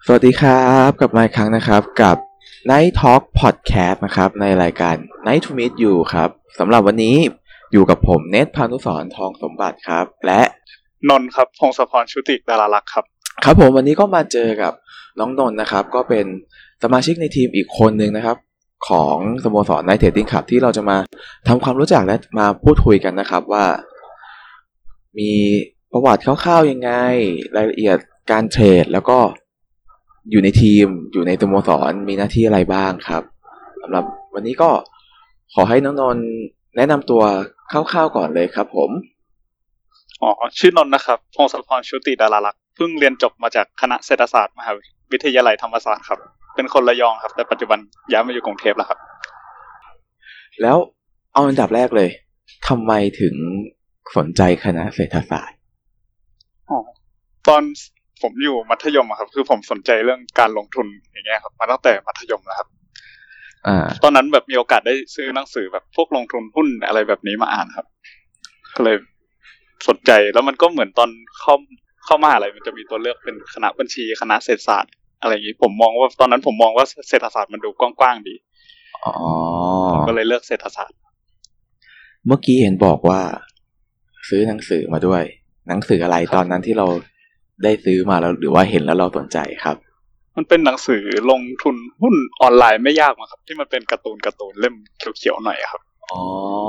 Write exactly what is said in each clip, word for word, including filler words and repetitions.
สวัสดีครับกลับมาอีกครั้งนะครับกับ Night Talk Podcast นะครับในรายการ Night to Meet You ครับสำหรับวันนี้อยู่กับผมเนธพานุสรณ์ทองสมบัติครับและนนท์ครับพงศพรชุติดาราลักษณ์ครับครับผมวันนี้ก็มาเจอกับน้องนนท์นะครับก็เป็นสมาชิกในทีมอีกคนนึงนะครับของสโมสร Night Trading Club ที่เราจะมาทำความรู้จักและมาพูดคุยกันนะครับว่ามีประวัติคร่าวๆยังไงรายละเอียดการเทรดแล้วก็อยู่ในทีมอยู่ในสโมสรมีหน้าที่อะไรบ้างครับสำหรับวันนี้ก็ขอให้น้องนนท์แนะนำตัวคร่าวๆก่อนเลยครับผมอ๋อชื่อนนท์นะครับพงศพรชุติดาราลักษณ์เพิ่งเรียนจบมาจากคณะเศรษฐศาสตร์มหาวิทยาลัยธรรมศาสตร์ครับเป็นคนระยองครับแต่ปัจจุบันย้ายมาอยู่กรุงเทพแล้วครับแล้วเอาอันดับแรกเลยทำไมถึงสนใจคณะเศรษฐศาสตร์อ๋อตอนผมอยู่มัธยมครับคือผมสนใจเรื่องการลงทุนอย่างเงี้ยครับมาตั้งแต่มัธยมแล้วครับอ่าตอนนั้นแบบมีโอกาสได้ซื้อหนังสือแบบพวกลงทุนหุ้นอะไรแบบนี้มาอ่านครับก็เลยสนใจแล้วมันก็เหมือนตอนเข้าเข้ามหาลัยมันจะมีตัวเลือกเป็นคณะบัญชีคณะเศรษฐศาสตร์อะไรอย่างงี้ผมมองว่าตอนนั้นผมมองว่าเศรษฐศาสตร์มันดูกว้างๆดีอ๋อก็เลยเลือกเศรษฐศาสตร์เมื่อกี้เห็นบอกว่าซื้อหนังสือมาด้วยหนังสืออะไรตอนนั้นที่เราได้ซื้อมาแล้วหรือว่าเห็นแล้วเราสนใจครับมันเป็นหนังสือลงทุนหุ้นออนไลน์ไม่ยากมั้งครับที่มันเป็นการ์ตูนการ์ตูนเล่มเขียวๆหน่อยครับอ๋อ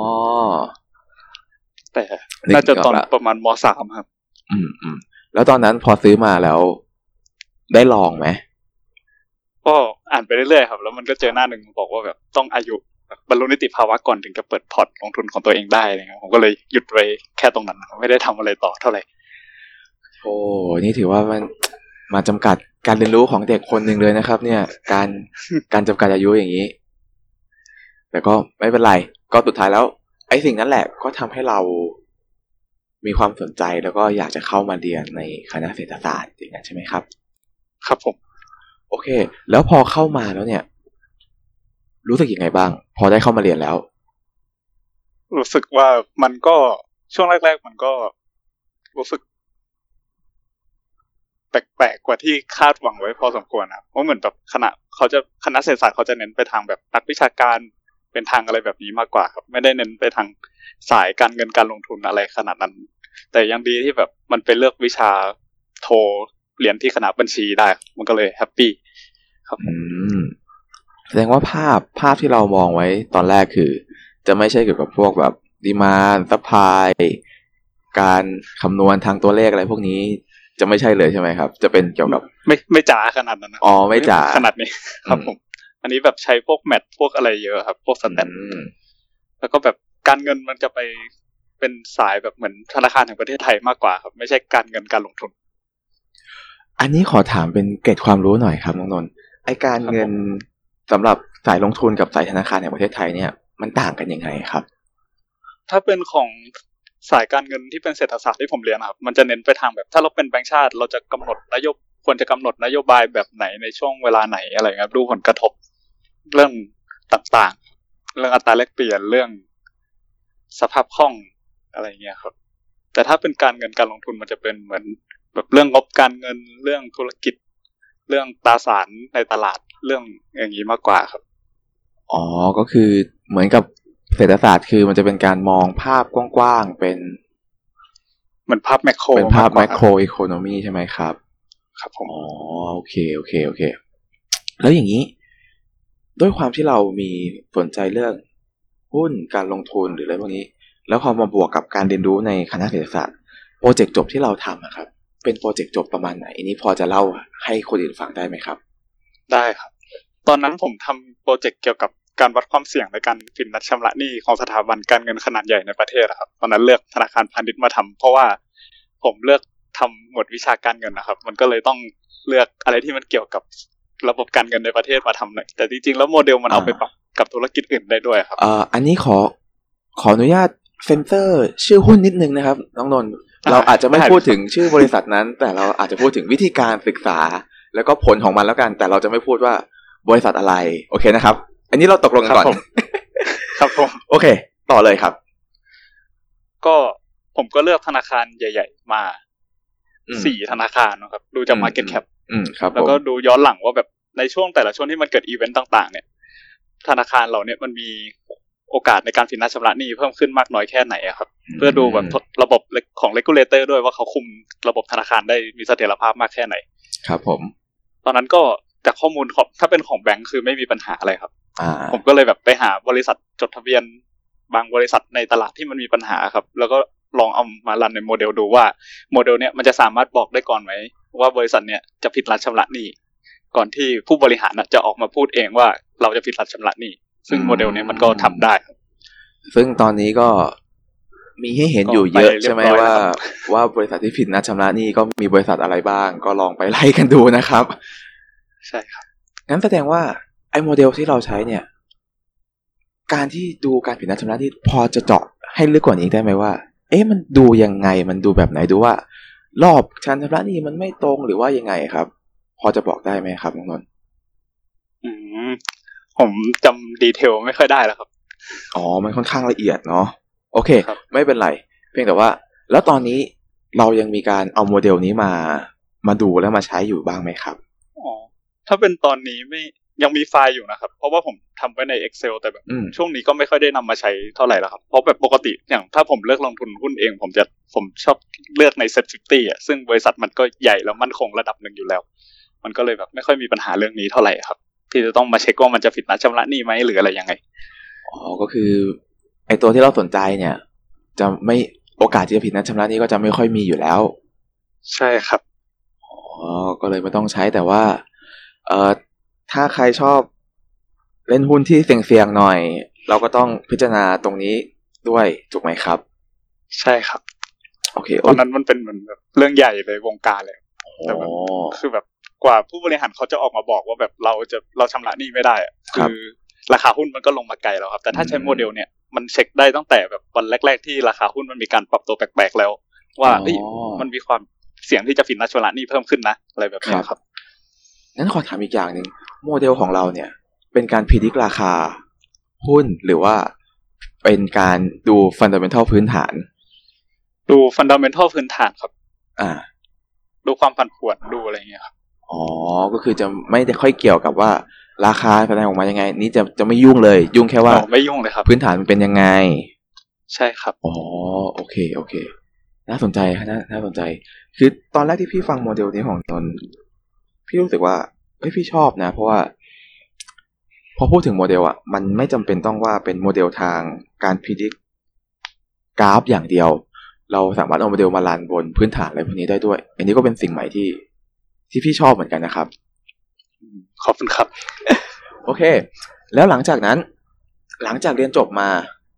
แต่น่าจะตอนประมาณม.สาม ครับอืมอืมแล้วตอนนั้นพอซื้อมาแล้วได้ลองไหมก็อ่านไปเรื่อยๆครับแล้วมันก็เจอหน้าหนึ่งบอกว่าแบบต้องอายุบรรลุนิติภาวะก่อนถึงจะเปิดพอร์ตลงทุนของตัวเองได้อะไรเงี้ยผมก็เลยหยุดไว้แค่ตรงนั้นไม่ได้ทำอะไรต่อเท่าไหร่โอ้นี่ถือว่ามันมาจำกัดการเรียนรู้ของเด็กคนหนึ่งเลยนะครับเนี่ยการการจำกัดอายุอย่างนี้แต่ก็ไม่เป็นไรก็สุดท้ายแล้วไอ้สิ่งนั้นแหละก็ทำให้เรามีความสนใจแล้วก็อยากจะเข้ามาเรียนในคณะเศรษฐศาสตร์อย่างนั้นใช่ไหมครับครับผมโอเคแล้วพอเข้ามาแล้วเนี่ยรู้สึกยังไงบ้างพอได้เข้ามาเรียนแล้วรู้สึกว่ามันก็ช่วงแรกๆมันก็รู้สึกแปลกๆกว่าที่คาดหวังไว้พอสมควรนะเพราะเหมือนแบบคณะเขาจะคณะเศรษฐศาสตร์เขาจะเน้นไปทางแบบนักวิชาการเป็นทางอะไรแบบนี้มากกว่าครับไม่ได้เน้นไปทางสายการเงินการลงทุนอะไรขนาดนั้นแต่ยังดีที่แบบมันเป็นเลือกวิชาโทเรียนที่คณะบัญชีได้มันก็เลยแฮปปี้ครับอืมแสดงว่าภาพภาพที่เรามองไว้ตอนแรกคือจะไม่ใช่เกี่ยวกับพวกแบบดีมานด์ซัพพลายการคำนวณทางตัวเลขอะไรพวกนี้จะไม่ใช่เลยใช่ไหมครับจะเป็นเกี่ยวกับไม่ไม่จ๋าขนาดนั้นนะอ๋อไม่จ๋าขนาดนี้ครับผมอันนี้แบบใช้พวกแมทพวกอะไรเยอะครับพวกสแตทแล้วก็แบบการเงินมันจะไปเป็นสายแบบเหมือนธนาคารแห่งประเทศไทยมากกว่าครับไม่ใช่การเงินการลงทุนอันนี้ขอถามเป็นเกร็ดความรู้หน่อยครับน้องนนท์ไอการเงินสำหรับสายลงทุนกับสายธนาคารแห่งประเทศไทยเนี่ยมันต่างกันยังไงครับถ้าเป็นของสายการเงินที่เป็นเศรษฐศาสตร์ที่ผมเรียนครับมันจะเน้นไปทางแบบถ้าเราเป็นแบงก์ชาติเราจะกำหนดนโยบายควรจะกำหนดนโยบายแบบไหนในช่วงเวลาไหนอะไรครับดูผลกระทบเรื่องต่างๆเรื่องอัตราแลกเปลี่ยนเรื่องสภาพคล่องอะไรเงี้ยครับแต่ถ้าเป็นการเงินการลงทุนมันจะเป็นเหมือนแบบเรื่องงบการเงินเรื่องธุรกิจเรื่องตราสารในตลาดเรื่องอย่างนี้มากกว่าครับอ๋อก็คือเหมือนกับเศรษฐศาสตร์คือมันจะเป็นการมองภาพกว้างๆเป็นเหมือนภาพแมคโครเป็นภาพแมคโครอีโคโนมีใช่ไหมครับครับผมอ๋อโอเคโอเคโอเคแล้วอย่างนี้ด้วยความที่เรามีสนใจเรื่องหุ้นการลงทุนหรืออะไรพวกนี้แล้วพอมาบวกกับการเรียนรู้ในคณะเศรษฐศาสตร์โปรเจกต์จบที่เราทำอะครับเป็นโปรเจกต์จบประมาณไหนอันนี้พอจะเล่าให้คนอื่นฟังได้ไหมครับได้ครับตอนนั้นผมทำโปรเจกต์เกี่ยวกับการวัดความเสี่ยงในการผิดนัดชำระหนี้ของสถาบันการเงินขนาดใหญ่ในประเทศครับตอนนั้นเลือกธนาคารพาณิชย์มาทำเพราะว่าผมเลือกทำหมวดวิชาการเงินนะครับมันก็เลยต้องเลือกอะไรที่มันเกี่ยวกับระบบการเงินในประเทศมาทำหน่อยแต่จริงๆแล้วโมเดลมันเอาไปปรับกับธุรกิจอื่นได้ด้วยครับอ่าอันนี้ขอขออนุญาตเซ็นเซอร์ชื่อหุ้นนิดนึงนะครับน้องนนท์เราอาจจะไม่พูดถึงชื่อบริษัทนั้นแต่เราอาจจะพูดถึงวิธีการศึกษาแล้วก็ผลของมันแล้วกันแต่เราจะไม่พูดว่าบริษัทอะไรโอเคนะครับอันนี้เราตกลงกันก่อนครับผมโอเคต่อเลยครับก็ผมก็เลือกธนาคารใหญ่ๆมาสี่ธนาคารนะครับดูจาก Market Cap อืมครับแล้วก็ดูย้อนหลังว่าแบบในช่วงแต่ละช่วงที่มันเกิดอีเวนต์ต่างๆเนี่ยธนาคารเราเนี่ยมันมีโอกาสในการผิดนัดชำระหนี้เพิ่มขึ้นมากน้อยแค่ไหนอะครับเพื่อดูแบบระบบของ regulator ด้วยว่าเขาคุมระบบธนาคารได้มีเสถียรภาพมากแค่ไหนครับผมตอนนั้นก็จากข้อมูลของถ้าเป็นของแบงค์คือไม่มีปัญหาอะไรครับอ่าผมก็เลยแบบไปหาบริษัทจดทะเบียนบางบริษัทในตลาดที่มันมีปัญหาครับแล้วก็ลองเอามารันในโมเดลดูว่าโมเดลเนี้ยมันจะสามารถบอกได้ก่อนไหมว่าบริษัทเนี้ยจะผิดนัดชำระหนี้ก่อนที่ผู้บริหารจะออกมาพูดเองว่าเราจะผิดนัดชำระหนี้ซึ่งโมเดลนี้มันก็ทำได้ครับซึ่งตอนนี้ก็มีให้เห็นอยู่เยอะใช่ไหมว่าว่าบริษัทที่ผิดนัดชำระหนี้ก็มีบริษัทอะไรบ้างก็ลองไปไล่กันดูนะครับใช่ครับงั้นแสดงว่าไอ้โมเดลที่เราใช้เนี่ยการที่ดูการผิดนัดชำระหนี้พอจะเจาะให้ลึกกว่านี้ได้ไหมว่าเอ๊ะมันดูยังไงมันดูแบบไหนดูว่ารอบการชำระหนี้มันไม่ตรงหรือว่ายังไงครับพอจะบอกได้ไหมครับน้องนนท์อืมผมจำดีเทลไม่ค่อยได้แล้วครับอ๋อมันค่อนข้างละเอียดเนาะโอเคไม่เป็นไรเพียงแต่ว่าแล้วตอนนี้เรายังมีการเอาโมเดลนี้มามาดูแล้วมาใช้อยู่บ้างไหมครับอ๋อถ้าเป็นตอนนี้ไม่ยังมีไฟล์อยู่นะครับเพราะว่าผมทำไว้ใน Excel แต่แบบช่วงนี้ก็ไม่ค่อยได้นำมาใช้เท่าไหร่แล้วครับเพราะแบบปกติอย่างถ้าผมเลือกลงทุนหุ้นเองผมจะผมชอบเลือกใน เซ็ต ห้าสิบ อ่ะซึ่งบริษัทมันก็ใหญ่แล้วมั่นคงระดับหนึ่งอยู่แล้วมันก็เลยแบบไม่ค่อยมีปัญหาเรื่องนี้เท่าไหร่ครับที่จะต้องมาเช็คว่ามันจะผิดนัดชำระหนี้ไหมหรืออะไรยังไงอ๋อก็คือไอตัวที่เราสนใจเนี่ยจะไม่โอกาสที่จะผิดนัดชำระหนี้ก็จะไม่ค่อยมีอยู่แล้วใช่ครับอ๋อก็เลยไม่ต้องใช้แต่ว่าเอ่อถ้าใครชอบเล่นหุ้นที่เสี่ยงๆหน่อยเราก็ต้องพิจารณาตรงนี้ด้วยถูกไหมครับใช่ครับโอเคตอนนั้นมันเป็นเหมือนแบบเรื่องใหญ่เลยวงการเลยแต่แบบคือแบบกว่าผู้บริหารเขาจะออกมาบอกว่าแบบเราจะเราชำระหนี้ไม่ได้คือราคาหุ้นมันก็ลงมาไกลแล้วครับแต่ถ้าใช้โมเดลเนี่ยมันเช็คได้ตั้งแต่แบบวันแรกๆที่ราคาหุ้นมันมีการปรับตัวแปลกๆแล้วว่าเอ้ยมันมีความเสี่ยงที่จะผิดนัดชำระหนี้เพิ่มขึ้นนะอะไรแบบนี้ครับงั้นขอถามอีกอย่างนึงโมเดลของเราเนี่ยเป็นการพิจิตรราคาหุ้นหรือว่าเป็นการดูฟันดัมเมนทัลพื้นฐานดูฟันดัมเมนทัลพื้นฐานครับอ่าดูความผันผวนดูอะไรอย่างเงี้ยครับอ๋อก็คือจะไม่ได้ค่อยเกี่ยวกับว่าราคาแสดงออกมายังไงนี่จะจะไม่ยุ่งเลยยุ่งแค่ว่าไม่ยุ่งเลยครับพื้นฐานมันเป็นยังไงใช่ครับอ๋อโอเคโอเคน่าสนใจฮะน่าน่าสนใจคือตอนแรกที่พี่ฟังโมเดลนี้ของนนท์พี่รู้สึกว่าเฮ้ยพี่ชอบนะเพราะว่าพอพูดถึงโมเดลอ่ะมันไม่จำเป็นต้องว่าเป็นโมเดลทางการพิจิตรกราฟอย่างเดียวเราสามารถเอาโมเดลมารันบนพื้นฐานอะไรพวกนี้ได้ด้วยอันนี้ก็เป็นสิ่งใหม่ที่ที่พี่ชอบเหมือนกันนะครับขอบคุณครับโอเคแล้วหลังจากนั้นหลังจากเรียนจบมา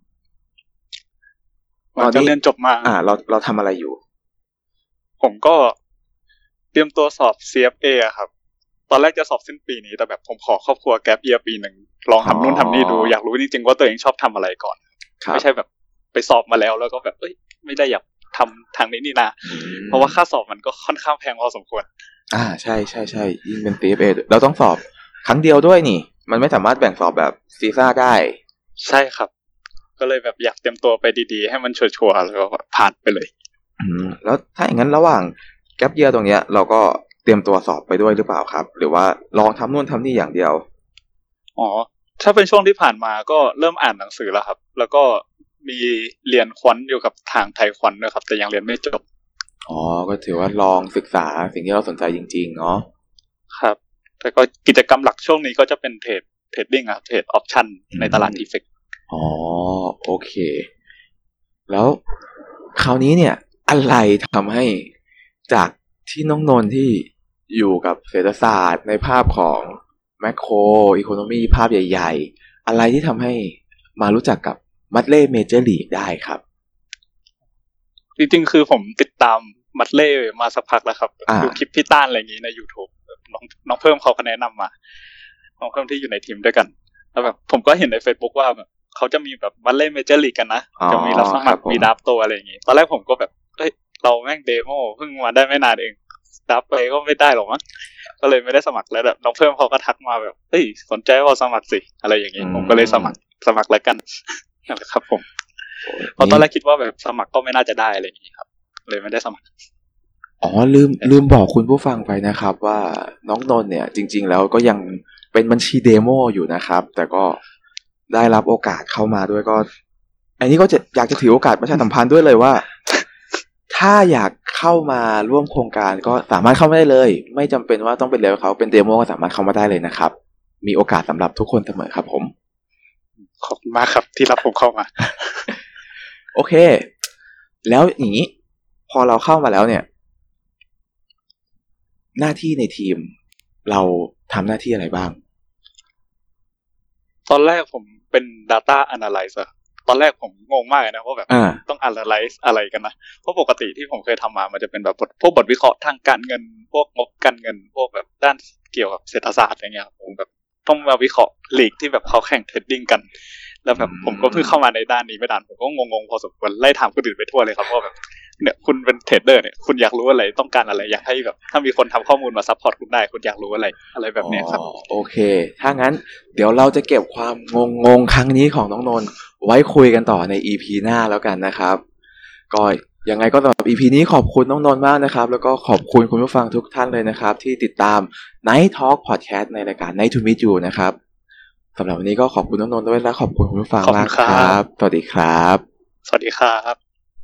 หลังจากเรียนจบมาอ่าเราเราทำอะไรอยู่ผมก็เตรียมตัวสอบ ซี เอฟ เอ อ่ะครับตอนแรกจะสอบสิ้นปีนี้แต่แบบผมขอครอบครัวแกปเยียร์ปีหนึ่งลองทำนู่นทำนี่ดูอยากรู้จริงๆว่าตัวเองชอบทำอะไรก่อนไม่ใช่แบบไปสอบมาแล้วแล้วก็แบบเอ้ยไม่ได้อยากทำทางนี้นี่นาเพราะว่าค่าสอบมันก็ค่อนข้างแพงพอสมควรอ่าใช่ใช่ใช่ยิ่งเป็น ซี เอฟ เอ เราต้องสอบครั้งเดียวด้วยนี่มันไม่สามารถแบ่งสอบแบบซีซ่าได้ใช่ครับก็เลยแบบอยากเตรียมตัวไปดีๆให้มันชัวร์ๆแล้วก็ผ่านไปเลยอืมแล้วถ้าอย่างนั้นระหว่างแกปเยียร์ตรงเนี้ยเราก็เตรียมตัวสอบไปด้วยหรือเปล่าครับหรือว่าลองทำนู่นทำนี่อย่างเดียวอ๋อถ้าเป็นช่วงที่ผ่านมาก็เริ่มอ่านหนังสือแล้วครับแล้วก็มีเรียนควอนอยู่กับทางไทยควอนด้วยครับแต่ยังเรียนไม่จบอ๋อก็ถือว่าลองศึกษาสิ่งที่เราสนใจจริงๆเนาะครับแต่ก็กิจกรรมหลักช่วงนี้ก็จะเป็นเทรดเทรดดิ้งอะเทรดออปชั่นในตลาดอีเฟกต์อ๋อโอเคแล้วคราวนี้เนี่ยอะไรทำให้จากที่น้องนนท์ที่อยู่กับเศรษฐศาสตร์ในภาพของแมคโครอีโคโนมีภาพใหญ่ๆอะไรที่ทำให้มารู้จักกับมัดเล่เมเจอร์ลีกได้ครับจริงๆคือผมติดตามมัดเล่มาสักพักแล้วครับดูคลิปพี่ต้านอะไรอย่างนี้ใน YouTube น้องน้องเพิ่มเขาก็แนะนำมาน้องเพิ่มที่อยู่ในทีมด้วยกันแล้วแบบผมก็เห็นใน Facebook ว่าแบบเขาจะมีแบบมัดเล่เมเจอร์ลีกกันนะจะมีรับสมัครมีดับตัวอะไรอย่างงี้ตอนแรกผมก็แบบเฮ้ยเราแม่งเดโมเพิ่งมาได้ไม่นานเองดับไปก็ไม่ได้หรอกมั้งก็เลยไม่ได้สมัครแล้วแบบน้องเพิ่มเขาก็ทักมาแบบเฮ้ยสนใจว่าสมัครสิอะไรอย่างงี้ผมก็เลยสมัครสมัครแล้วกันนะครับผมเพราะตอนแรกคิดว่าแบบสมัครก็ไม่น่าจะได้อะไรอย่างงี้ครับเลยไม่ได้สมัครอ๋อลืมลืมบอกคุณผู้ฟังไปนะครับว่าน้องนนท์เนี่ยจริงๆแล้วก็ยังเป็นบัญชีเดโมอยู่นะครับแต่ก็ได้รับโอกาสเข้ามาด้วยก็อันนี้ก็จะอยากจะถือโอกาสประชาสัมพันธ์ด้วยเลยว่าถ้าอยากเข้ามาร่วมโครงการก็สามารถเข้ามาได้เลยไม่จำเป็นว่าต้องเป็นเรียนเขาเป็นเดโมก็สามารถเข้ามาได้เลยนะครับมีโอกาสสำหรับทุกคนเสมอครับผมขอบคุณมากครับที่รับผมเข้ามาโอเคแล้วอย่างนี้พอเราเข้ามาแล้วเนี่ยหน้าที่ในทีมเราทำหน้าที่อะไรบ้างตอนแรกผมเป็น data analyzer ตอนแรกผมงงมากเลยนะว่าแบบต้อง analyze อะไรกันนะเพราะปกติที่ผมเคยทำมามันจะเป็นแบบพวกบทวิเคราะห์ทางการเงินพวกงบการเงินพวกแบบด้านเกี่ยวกับเศรษฐศาสตร์อะไรเงี้ยผมแบบต้องมาวิเคราะห์ลีกที่แบบเขาแข่งเทรดดิ้งกันแล้วแบบผมก็เพิ่งเข้ามาในด้านนี้ไม่นานผมก็งงๆพอสมควรไล่ถามคนอื่นไปทั่วเลยครับว่าแบบเนี่ยคุณเป็นเทรดเดอร์เนี่ยคุณอยากรู้อะไรต้องการอะไรอยากให้แบบถ้ามีคนทำข้อมูลมาซัพพอร์ตคุณได้คุณอยากรู้อะไรอะไรแบบนี้ครับโอเคถ้างั้นเดี๋ยวเราจะเก็บความงงๆครั้งนี้ของน้องนนท์ไว้คุยกันต่อใน อี พี หน้าแล้วกันนะครับก็ยังไงก็สำหรับ อี พี นี้ขอบคุณน้องนนท์มากนะครับแล้วก็ขอบคุณคุณผู้ฟังทุกท่านเลยนะครับที่ติดตาม Night Talk Podcast ในรายการ Night to Meet You นะครับสำหรับวันนี้ก็ขอบคุณน้องนนท์ด้วยและขอบคุณคุณผู้ฟังมากครับสวัสดีครับสวัสดีครับ